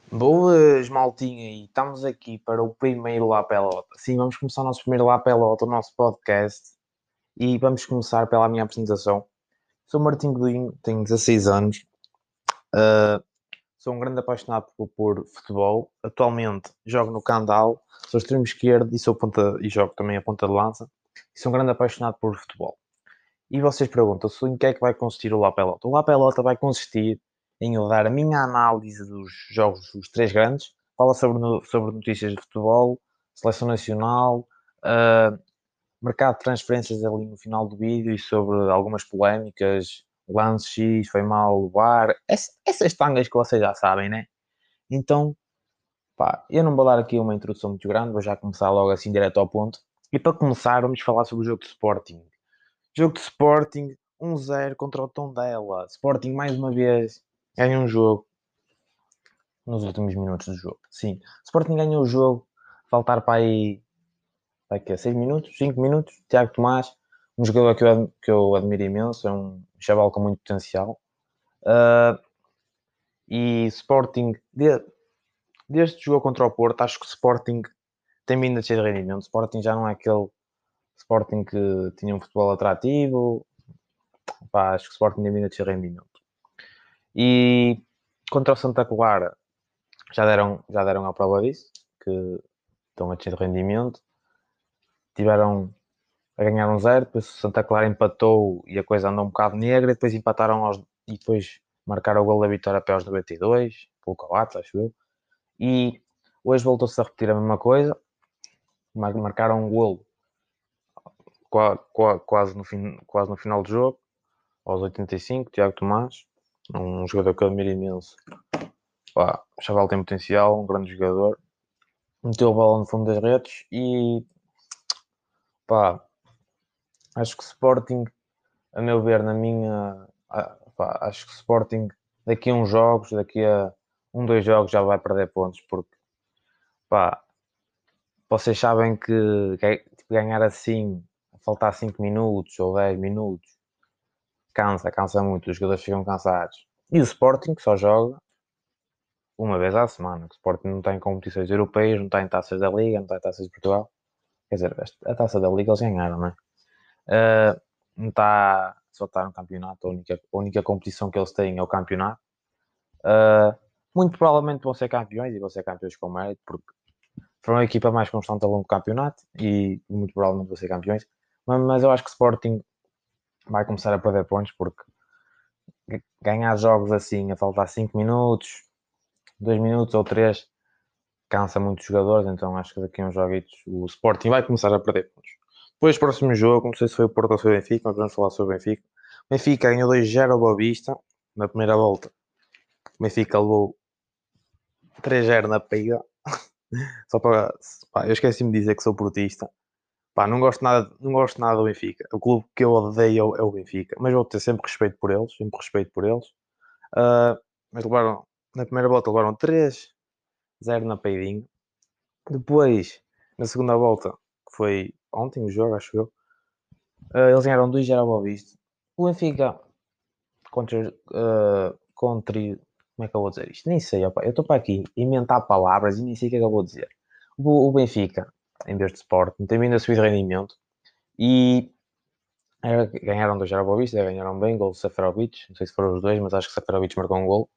Boas, maltinha, e estamos aqui para o primeiro La Pelota. Sim, vamos começar o nosso primeiro La Pelota, o nosso podcast, e vamos começar pela minha apresentação. Sou Martim Godinho, tenho 16 anos, uh, sou um grande apaixonado por futebol. Atualmente jogo no Candal, sou extremo esquerdo e, e jogo também a ponta de lança. E sou um grande apaixonado por futebol. E vocês perguntam-se em que é que vai consistir o La Pelota. O La Pelota vai consistir em eu dar a minha análise dos jogos, os três grandes, fala sobre notícias de futebol, seleção nacional, uh, mercado de transferências ali no final do vídeo e sobre algumas polémicas, lance X, foi mal, o VAR, essas tangas que vocês já sabem, né? Então, pá, eu não vou dar aqui uma introdução muito grande, vou já começar logo assim direto ao ponto. E para começar, vamos falar sobre o jogo de Sporting. Jogo de Sporting, 1-0 contra o Tondela. Sporting mais uma vez ganha um jogo nos últimos minutos do jogo. Sim, Sporting ganhou o jogo, faltar para aí, vai que 6 minutos, 5 minutos. Tiago Tomás, um jogador que eu admiro imenso, é um chaval com muito potencial. Uh, e Sporting, desde que jogou contra o Porto, acho que o Sporting tem vindo a descer de rendimento. O Sporting já não é aquele Sporting que tinha um futebol atrativo. Pá, acho que o Sporting tem vindo a descer de rendimento. E contra o Santa Clara já deram a prova disso, que estão a descer de rendimento. Tiveram a ganhar 1-0, depois o Santa Clara empatou e a coisa andou um bocado negra, e depois empataram e depois marcaram o gol da vitória até aos 92, pelo Coates, acho eu. E hoje voltou-se a repetir a mesma coisa, marcaram um gol quase no final do jogo, aos 85, Tiago Tomás, um jogador que eu admiro imenso. Pá, o chaval tem potencial, um grande jogador. Meteu a bola no fundo das redes e pá, acho que Sporting, a meu ver, pá, acho que Sporting daqui a uns jogos, daqui a dois jogos já vai perder pontos, porque pá, vocês sabem que tipo, ganhar assim, a faltar 5 minutos ou 10 minutos, cansa muito, os jogadores ficam cansados. E o Sporting que só joga uma vez à semana, o Sporting não tem competições europeias, não tem taças da Liga, não tem taças de Portugal. Quer dizer, a taça da Liga eles ganharam, não é? Não está, só está no campeonato, a única competição que eles têm é o campeonato. Uh, muito provavelmente vão ser campeões e vão ser campeões com mérito, porque foram a equipa mais constante ao longo do campeonato e muito provavelmente vão ser campeões. Mas eu acho que o Sporting vai começar a perder pontos, porque ganhar jogos assim a faltar 5 minutos, 2 minutos ou 3 cansa muitos jogadores, então acho que daqui a uns joguitos o Sporting vai começar a perder pontos. Depois, próximo jogo, não sei se foi o Porto ou se foi o Benfica, mas vamos falar sobre o Benfica. O Benfica ganhou 2-0 ao Boa Vista na primeira volta. O Benfica levou 3-0 na pega. Só para. Pá, eu esqueci-me de dizer que sou portista. Pá, não gosto nada do Benfica. O clube que eu odeio é o Benfica. Mas vou ter sempre respeito por eles. Sempre respeito por eles. Uh, mas levaram, na primeira volta levaram 3-0 na peidinha. Depois, na segunda volta, que foi ontem o jogo, acho eu, eles ganharam 2-0 ao Boa Vista. O Benfica contra. Como é que eu vou dizer isto? Nem sei, opa. Eu estou para aqui inventar palavras e nem sei o que é que eu vou dizer. O Benfica, em vez de Sporting, tem vindo a subir de rendimento e ganharam 2-0 ao Boa Vista, ganharam bem, gol de Seferovic, não sei se foram os dois, mas acho que Seferovic marcou um gol.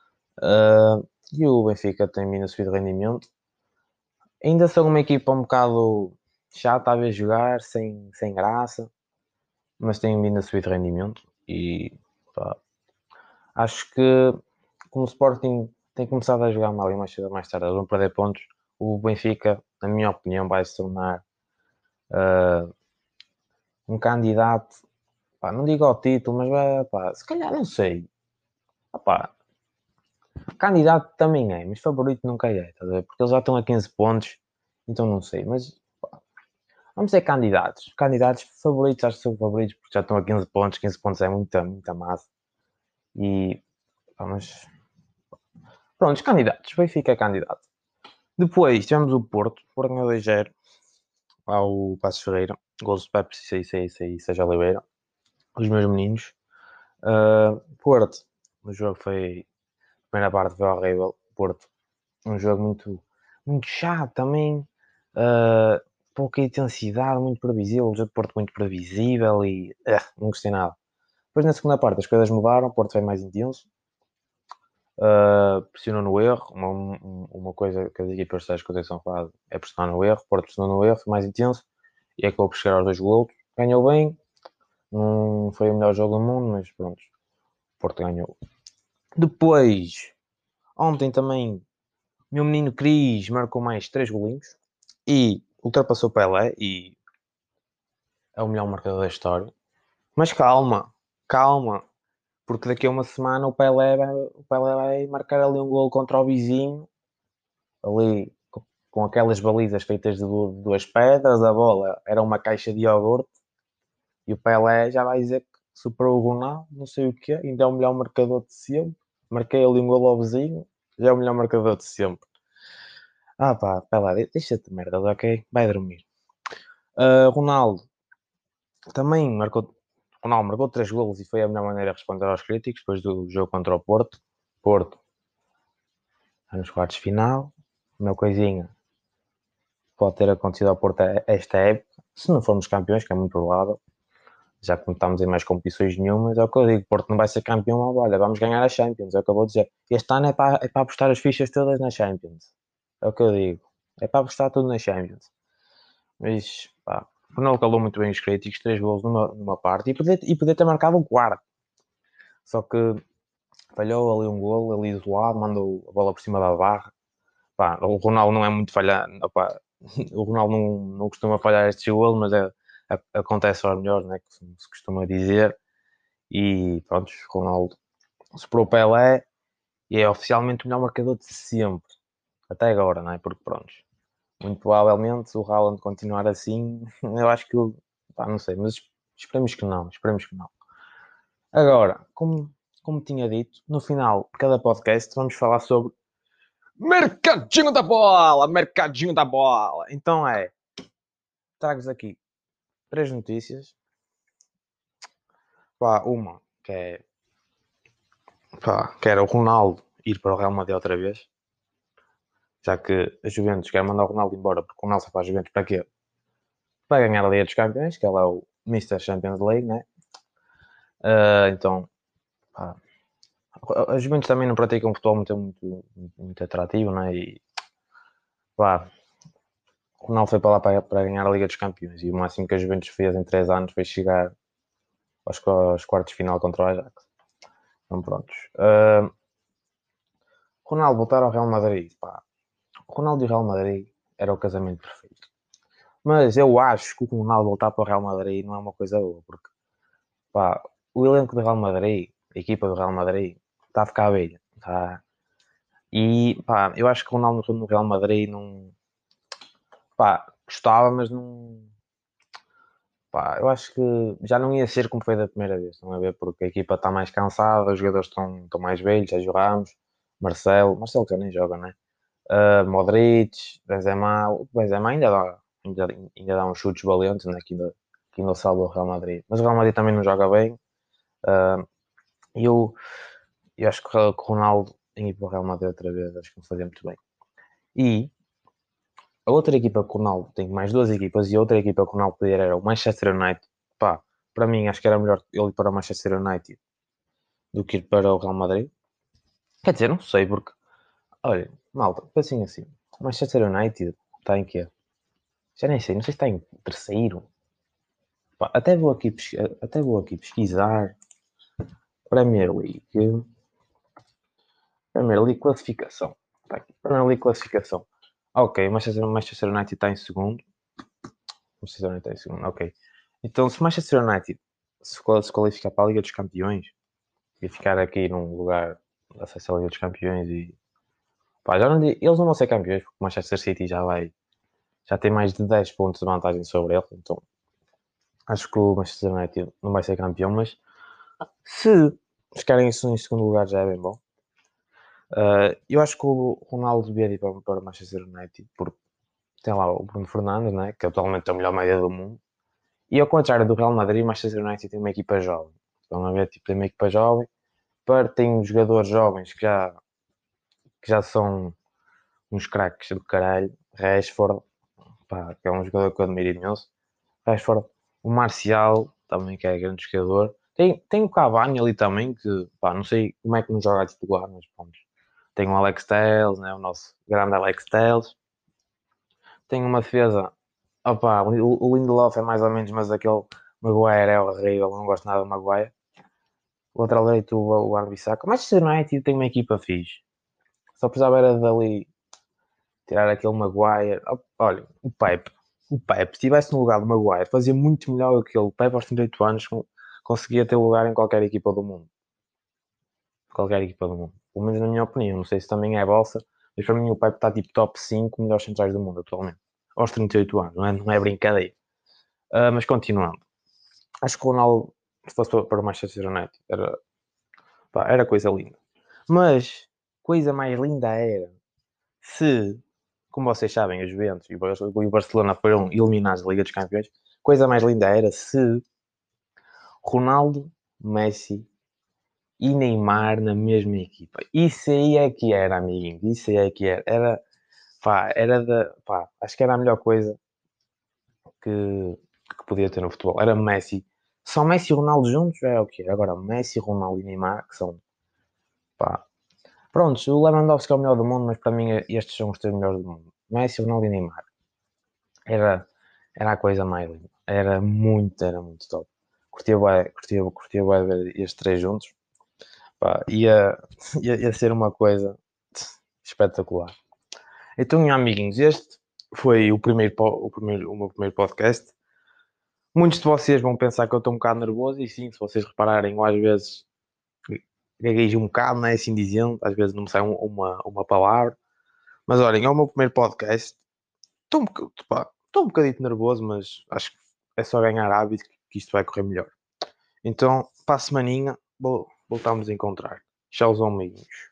E o Benfica tem vindo a subir de rendimento. Ainda são uma equipa um bocado chata a ver jogar, sem graça, mas têm vindo a subir de rendimento e pá, acho que como o Sporting tem começado a jogar mal e mais cedo ou mais tarde eles vão perder pontos, o Benfica, na minha opinião, vai se tornar uh, um candidato, pá, não digo ao título, mas vai, pá, se calhar não sei. Pá, candidato também é, mas favorito nunca é, tá a ver? Porque eles já estão a 15 pontos, então não sei, mas pá, vamos ser candidatos. Candidatos favoritos, acho que são favoritos porque já estão a 15 pontos. 15 pontos é muita, muita massa. E, pá, mas pronto, os candidatos. Benfica é candidato. Depois tivemos o Porto. Porto ganhou 2-0 ao Passos Ferreira. Gols de Pepe e Seja Oliveira. Os meus meninos. Porto. O jogo foi. A primeira parte foi horrível. Porto. Um jogo muito chato também. Uh, Pouca intensidade, muito previsível. O jogo de Porto muito previsível e não gostei nada. Depois na segunda parte as coisas mudaram, o Porto foi mais intenso. Pressionou no erro. Uma coisa que as equipas de Conceição fazem é pressionar no erro. O Porto pressionou no erro, foi mais intenso e acabou por chegar aos 2 golos. Ganhou bem, não foi o melhor jogo do mundo, mas pronto, o Porto ganhou. Depois, ontem também, meu menino Cris marcou mais 3 golinhos e ultrapassou o Pelé e é o melhor marcador da história. Mas calma, calma, porque daqui a uma semana o Pelé vai marcar ali um gol contra o vizinho, ali com aquelas balizas feitas de 2 pedras, a bola era uma caixa de iogurte e o Pelé já vai dizer que superou o Ronaldo, não sei o quê, ainda é o melhor marcador de sempre. Marquei ali um gol ao vizinho, já é o melhor marcador de sempre. Ah pá, Pelé, deixa-te merda, ok? Vai dormir. Ronaldo também marcou. Ronaldo marcou 3 golos e foi a melhor maneira de responder aos críticos depois do jogo contra o Porto. Porto, nos quartos de final. Uma coisinha pode ter acontecido ao Porto esta época, se não formos campeões, que é muito provável, já que não estamos em mais competições nenhumas, é o que eu digo, Porto não vai ser campeão, olha, vamos ganhar a Champions, é o que eu vou dizer. Este ano é para apostar as fichas todas na Champions, é o que eu digo, é para apostar tudo na Champions. Mas, pá, o Ronaldo calou muito bem os críticos, 3 golos numa parte, e poder ter marcado um quarto, só que falhou ali um golo, ali isolado, mandou a bola por cima da barra. Pá, o Ronaldo não é muito falhar, opá, o Ronaldo não costuma falhar estes golos, mas acontece aos melhores, né, que se costuma dizer. E pronto, o Ronaldo superou o Pelé e é oficialmente o melhor marcador de sempre, até agora, não é? Porque pronto, muito provavelmente se o Haaland continuar assim, eu acho que, pá, não sei, mas esperemos que não, esperemos que não. Agora, como tinha dito, no final de cada podcast vamos falar sobre Mercadinho da Bola, Mercadinho da Bola. Então trago-vos aqui 3 notícias. Pá, uma que era o Ronaldo ir para o Real Madrid outra vez, já que a Juventus quer mandar o Ronaldo embora, porque o Ronaldo só faz Juventus para quê? Para ganhar a Liga dos Campeões, que ele é o Mr. Champions League, né? Então, pá, a Juventus também não pratica um futebol muito atrativo, né? E pá, o Ronaldo foi para lá para ganhar a Liga dos Campeões e o máximo que a Juventus fez em 3 anos foi chegar aos quartos de final contra o Ajax. Então, prontos. Ronaldo voltar ao Real Madrid, pá. O Ronaldo e o Real Madrid era o casamento perfeito. Mas eu acho que o Ronaldo voltar para o Real Madrid não é uma coisa boa, porque pá, o elenco do Real Madrid, a equipa do Real Madrid, está a ficar velha. Tá? E pá, eu acho que o Ronaldo no Real Madrid não. Pá, gostava, mas não. Pá, eu acho que já não ia ser como foi da primeira vez, estão a ver? Porque a equipa está mais cansada, os jogadores estão mais velhos, Sérgio Ramos, Marcelo que já nem joga, né? Modric, Benzema, o Benzema ainda dá uns chutes valentes, né? Que ainda salva o Real Madrid. Mas o Real Madrid também não joga bem. Uh, eu, eu acho que o Ronaldo em ir para o Real Madrid outra vez, acho que não fazia muito bem. E a outra equipa que o Ronaldo, tem mais 2 equipas, e a outra equipa que o Ronaldo podia era o Manchester United. Pá, para mim acho que era melhor ele ir para o Manchester United do que ir para o Real Madrid. Quer dizer, não sei, porque, olha, malta, pensem assim, o Manchester United está em quê? Já nem sei, não sei se está em terceiro. Pá, até vou aqui pesquisar Premier League. Premier League classificação. Tá aqui, Premier League classificação. Ok, Manchester United está em segundo. Manchester United está em segundo, ok. Então, se Manchester United se qualificar para a Liga dos Campeões e ficar aqui num lugar de acesso à Liga dos Campeões e pá, eles não vão ser campeões porque o Manchester City já tem mais de 10 pontos de vantagem sobre ele, então acho que o Manchester United não vai ser campeão, mas se ficarem em segundo lugar já é bem bom. Eu acho que o Ronaldo devia ir para o Manchester United, porque tem lá o Bruno Fernandes, né, que é atualmente a melhor média do mundo. E ao contrário do Real Madrid, o Manchester United tem uma equipa jovem. Estão a ver, tipo, tem uma equipa jovem, tem jogadores jovens que já são uns craques do caralho. Rashford, pá, que é um jogador que eu admiro imenso. Rashford, o Marcial, também que é grande jogador. Tem o Cavani ali também, que pá, não sei como é que não joga a titular, mas pronto. Tem o Alex Telles, né, o nosso grande Alex Telles. Tem uma defesa, opá, o Lindelof é mais ou menos, mas aquele Maguire é horrível, não gosto nada do Maguire. O lateral direito, o Wan-Bissaka. O Manchester United tem uma equipa fixe. Só precisava era dali tirar aquele Maguire. Olha, o Pepe, se estivesse no lugar do Maguire, fazia muito melhor do que ele. O Pepe, aos 38 anos, conseguia ter lugar em qualquer equipa do mundo. Qualquer equipa do mundo. Pelo menos na minha opinião. Não sei se também é a vossa, mas para mim o Pepe está tipo top 5 melhores centrais do mundo atualmente. Aos 38 anos, não é brincadeira. Mas continuando. Acho que o Ronaldo, se fosse para o Manchester United, era coisa linda. Mas coisa mais linda era se, como vocês sabem, a Juventus e o Barcelona foram eliminados da Liga dos Campeões. Coisa mais linda era se Ronaldo, Messi e Neymar na mesma equipa. Isso aí é que era, amiguinho. Isso aí é que era. Acho que era a melhor coisa que podia ter no futebol. Era Messi. Só Messi e Ronaldo juntos é o que é. Agora, Messi, Ronaldo e Neymar, que são, pá. Prontos, o Lewandowski é o melhor do mundo, mas para mim estes são os três melhores do mundo. Messi, Ronaldo e Neymar. Era, era a coisa mais linda. Era muito top. Curtia bué ver estes três juntos. Pá, ia ser uma coisa espetacular. Então, amiguinhos, este foi o meu primeiro podcast. Muitos de vocês vão pensar que eu estou um bocado nervoso, e sim, se vocês repararem, eu às vezes gaguejo um bocado, não é assim dizendo, às vezes não me sai uma palavra. Mas olhem, é o meu primeiro podcast. Estou um bocadito nervoso, mas acho que é só ganhar hábito que isto vai correr melhor. Então, para a semaninha, voltamos a encontrar. Tchauzão, amiguinhos.